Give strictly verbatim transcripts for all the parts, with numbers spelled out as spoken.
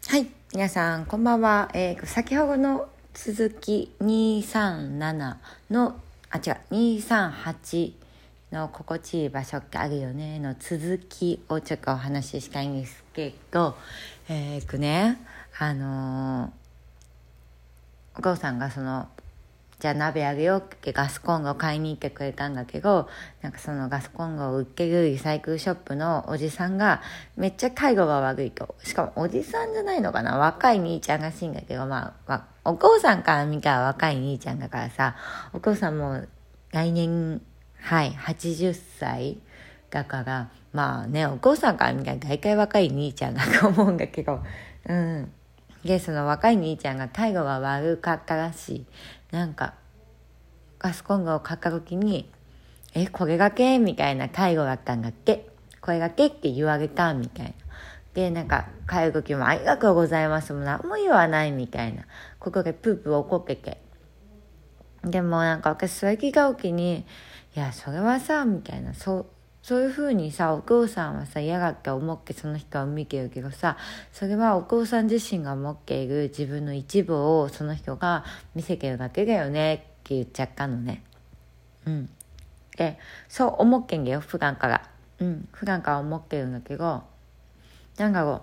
はい、皆さんこんばんは。えー、先ほどの続きにさんななのあ違うにさんはちの心地いい場所ってあるよねの続きをちょっとお話ししたいんですけど、えー、とねあのー、お父さんがそのじゃあ鍋あげようってガスコンロを買いに行ってくれたんだけど、なんかそのガスコンロを売ってるリサイクルショップのおじさんがめっちゃ態度が悪いと。しかもおじさんじゃないのかな、若い兄ちゃんらしいんだけど、まあ、お父さんから見たら若い兄ちゃんだからさ、お父さんも来年はいはちじゅっさいだから、まあね、お父さんから見たら大体若い兄ちゃんだと思うんだけど、うんでその若い兄ちゃんが態度が悪かったらしい。なんかガスコンロを買った時にえこれだけみたいな態度だったんだっけ、これだけって言われたみたいな。でなんか帰る時もありがとうございますも何も言わないみたいなここでプープー怒ってて、でもなんか私それ聞いた時にいやそれはさみたいな、そうそういう風にさお父さんはさ嫌がって思ってその人は見てるけどさ、それはお父さん自身が持っている自分の一部をその人が見せてるだけだよねって言っちゃったのね。うんでそう思ってんだよ普段から。うん普段から思ってるんだけど、なんだろう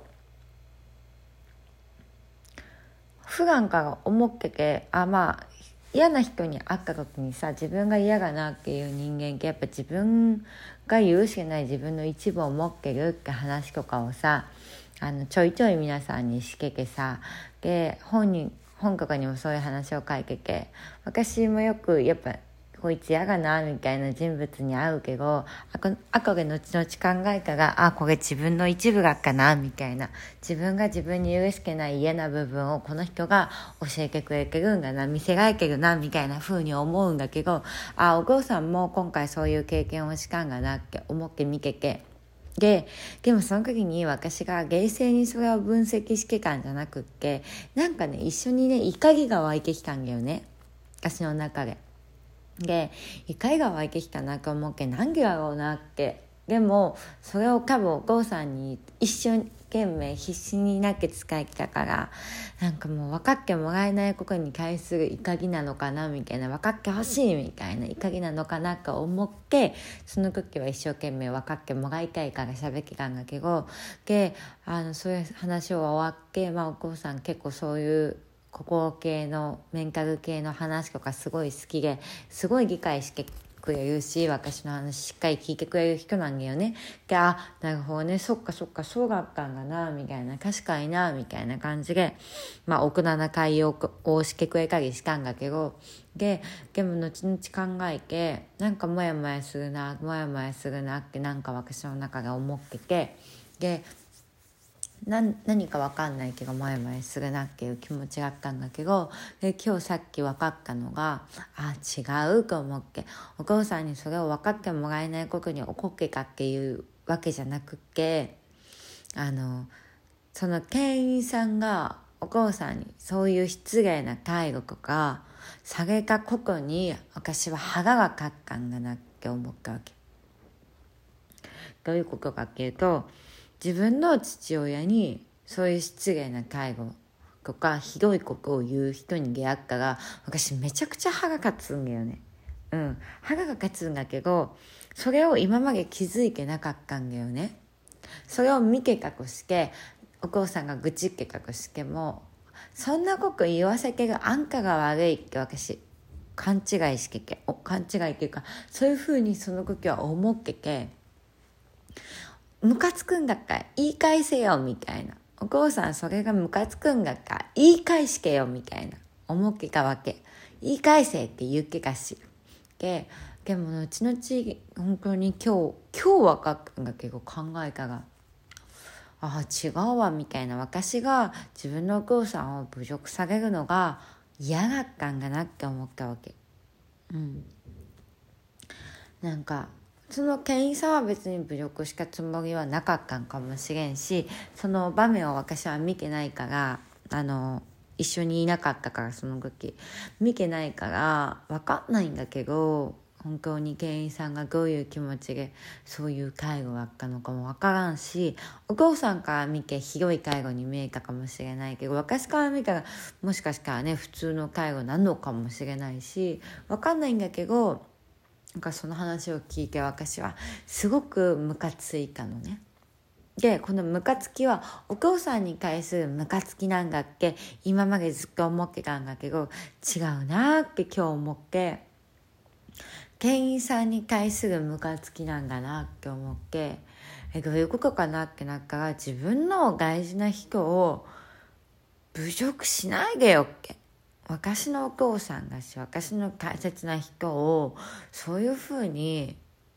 普段から思っててあまあ嫌な人に会った時にさ自分が嫌だなっていう人間ってやっぱ自分が許してない自分の一部を持ってるって話とかをさあのちょいちょい皆さんにしててさ、で本に本とかにもそういう話を書いてて、私もよくやっぱこいつ嫌だなみたいな人物に会うけど、あこで後々考えたらあこれ自分の一部だっかなみたいな、自分が自分に許してない嫌な部分をこの人が教えてくれてるんだな、見せられてるなみたいな風に思うんだけど、あお父さんも今回そういう経験をしたんだなって思って見てて、ででもその時に私が冷静にそれを分析してたんじゃなくって、なんかね一緒にね怒りが湧いてきたんだよね私の中で。で怒りが湧いてきたなと思って何でだろうなって、でもそれを多分お父さんに一生懸命必死になって使いきたから、なんかもう分かってもらえないことに対する怒りなのかなみたいな、分かってほしいみたいな怒りなのかなと思って、その時は一生懸命分かってもらいたいから喋ってたんだけど、であのそういう話を終わって、まあ、お父さん結構そういう心系のメンタル系の話とかすごい好きですごい理解してくれるし、私の話しっかり聞いてくれる人なんだよね。であなるほどね、そっかそっかそうだったんだなみたいな、確かになみたいな感じで、まあ奥な会ををしてくれたりしたんだけど、ででも後々考えてなんかモヤモヤするなモヤモヤするなってなんか私の中で思ってて、でな何か分かんないけどモヤモヤするなっていう気持ちがあったんだけど、で今日さっき分かったのがあ違うと思って、お父さんにそれを分かってもらえないことに怒ってたっていうわけじゃなくて、あのその店員さんがお父さんにそういう失礼な態度とかされたことに私は腹が立ったんだなって思ったわけ。どういうことかっていうと、自分の父親にそういう失礼な態度とかひどいことを言う人に出会ったら私めちゃくちゃ腹が立つんだよね。うん腹が立つんだけど、それを今まで気づいてなかったんだよね。それを見てたとしてお父さんが愚痴ってたとしても、そんなこと言わせてるあんたが悪いって私勘違いしてて、勘違いっていうかそういうふうにその時は思ってて、ムカつくんだっか言い返せよみたいな、お父さんそれがムカつくんだっか言い返してよみたいな思ってたわけ。言い返せって言ってたし、ででも後々本当に今日今日分かったんだけど考えたらあ違うわみたいな、私が自分のお父さんを侮辱されるのが嫌だったんだなって思ったわけ。うんなんかその店員さんは別に侮辱したつもりはなかったんかもしれんし、その場面を私は見てないから、あの一緒にいなかったからその時見てないから分かんないんだけど、 本当に店員さんがどういう気持ちでそういう介護があったのかもわからんし、お父さんから見てひどい介護に見えたかもしれないけど、私から見たらもしかしたらね普通の介護なのかもしれないし、わかんないんだけど、なんかその話を聞いて私はすごくムカついたのね。でこのムカつきはお父さんに対するムカつきなんだっけ、今までずっと思ってたんだけど違うなって今日思って、店員さんに対するムカつきなんだなって思って、えどういうことかなってなったら、自分の大事な人を侮辱しないでよって、私のお父さんだし私の大切な人をそういうふうに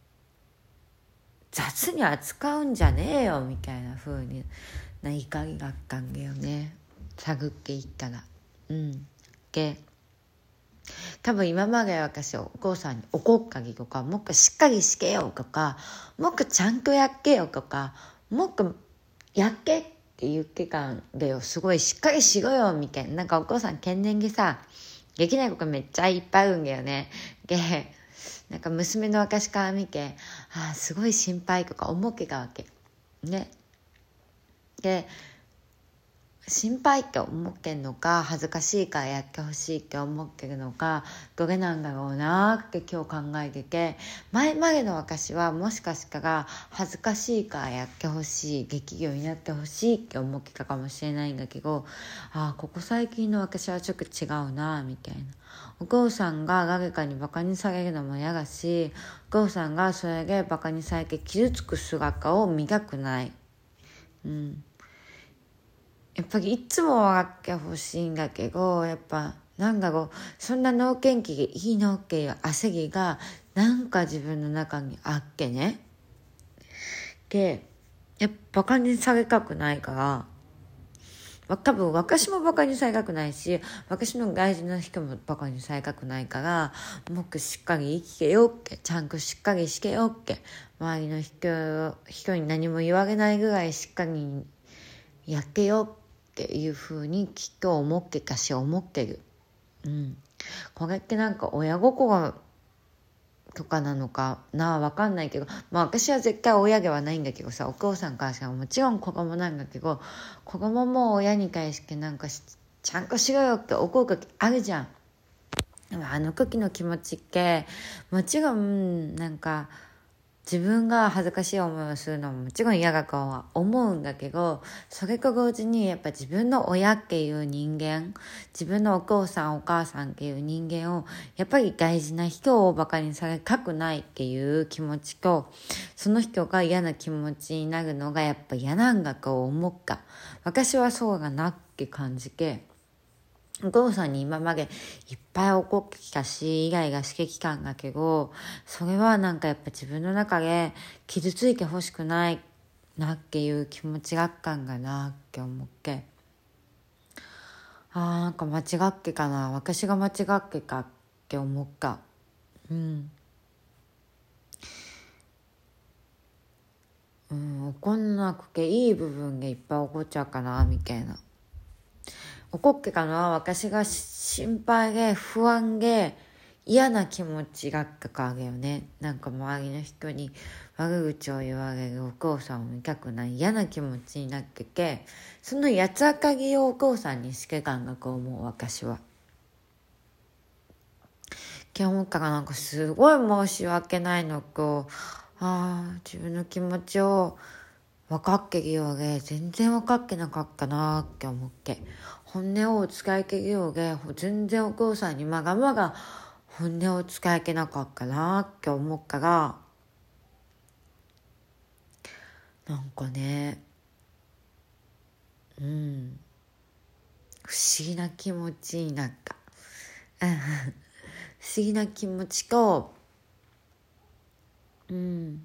雑に扱うんじゃねえよみたいなふうにな怒りがあったんだよね、探っていったら。うんで多分今まで私お父さんに怒ったりとか、もっとしっかりしけよとか、もっとちゃんとやっけよとか、もっとやっけって言ってたんだよ。すごいしっかりしろよみたいな、なんかお父さん健年でさできないことめっちゃいっぱいあるんだよね。でなんか娘の私から見て、ああすごい心配とか思ってたわけね。で心配って思ってんのか、恥ずかしいからやってほしいって思ってるのか、どれなんだろうなって今日考えてて、前までの私はもしかしたら恥ずかしいからやってほしい、劇業になってほしいって思ってたかもしれないんだけど、ああここ最近の私はちょっと違うなみたいな。お父さんが誰かにバカにされるのも嫌だし、お父さんがそれでバカにされて傷つく姿を見たくない。うんやっぱりいつも笑ってほしいんだけど、やっぱなんだろう、そんな脳元気でいいのっていう焦りがなんか自分の中にあってね。でやっぱバカにされたくないから、多分私もバカにされたくないし、私の大事な人もバカにされたくないから、もっとしっかり生きてよって、ちゃんとしっかりしてよって、周りの人人に何も言われないぐらいしっかりやってよっていう風にきっと思ってたし思ってる。うん。これってなんか親心とかなのかな、わかんないけど、まあ私は絶対親ではないんだけどさ、お父さんからしたらもちろん子供なんだけど、子供も親に対してなんかちゃんとしろよって怒る時あるじゃん。でもあの時の気持ちってもちろんなんか自分が恥ずかしい思いをするのももちろん嫌だとは思うんだけど、それと同時にやっぱ自分の親っていう人間、自分のお父さんお母さんっていう人間をやっぱり大事な人をバカにされたくないっていう気持ちと、その人が嫌な気持ちになるのがやっぱ嫌なんだと思った。私はそうだなって感じて、お父さんに今までいっぱい怒ってきたし、イライラしてきたんだけど、それはなんかやっぱ自分の中で傷ついてほしくないなっていう気持ちがあったんだなって思って、あーなんか間違ってかな、私が間違ってかって思った。うんうん怒んなくていい部分がいっぱい怒っちゃうかなみたいな。怒ってたのは私が心配で不安で嫌な気持ちがあったからだよね。なんか周りの人に悪口を言われるお父さんを見たくない嫌な気持ちになってて、その八つ当たりをお父さんにしてたんだと思う私は。今日からなんかすごい申し訳ないのと、ああ自分の気持ちを分かってるようで全然分かってなかったなって思って、本音を伝えてるようで全然お父さんにまがまが本音を伝えてなかったなって思うから、なんかねうん不思議な気持ちになった不思議な気持ちと、うん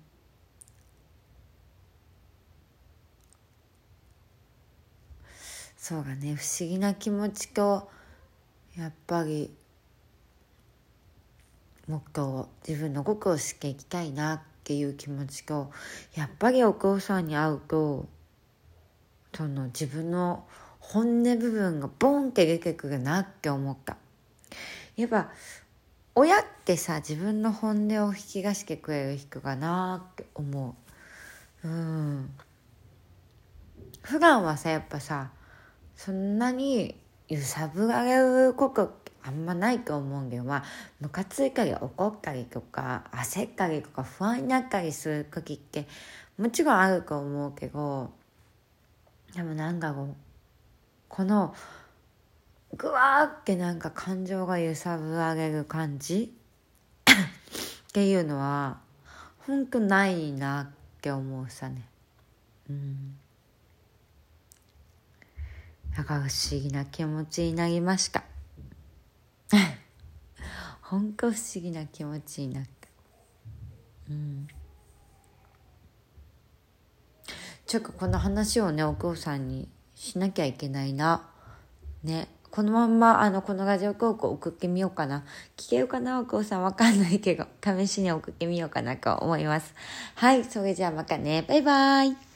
そうだね、不思議な気持ちと、やっぱりもっと自分のことを知っていきたいなっていう気持ちと、やっぱりお父さんに会うとその自分の本音部分がボンって出てくるなって思った。やっぱ親ってさ、自分の本音を引き出してくれる人かなって思う。うん普段はさやっぱさそんなに揺さぶられることあんまないと思うんだよ。まあムカついたり怒ったりとか焦ったりとか不安になったりする時ってもちろんあると思うけど、でもなんだろう、このぐわーってなんか感情が揺さぶられる感じっていうのはほんとないなって思うさね。うんだから不思議な気持ちになりましたほんと不思議な気持ちになった。うんちょっとこの話をねお父さんにしなきゃいけないなね。このまんまあのこのラジオトーク送ってみようかな。聞けるかなお父さんわかんないけど試しに送ってみようかなと思います。はいそれじゃあまたねバイバイ。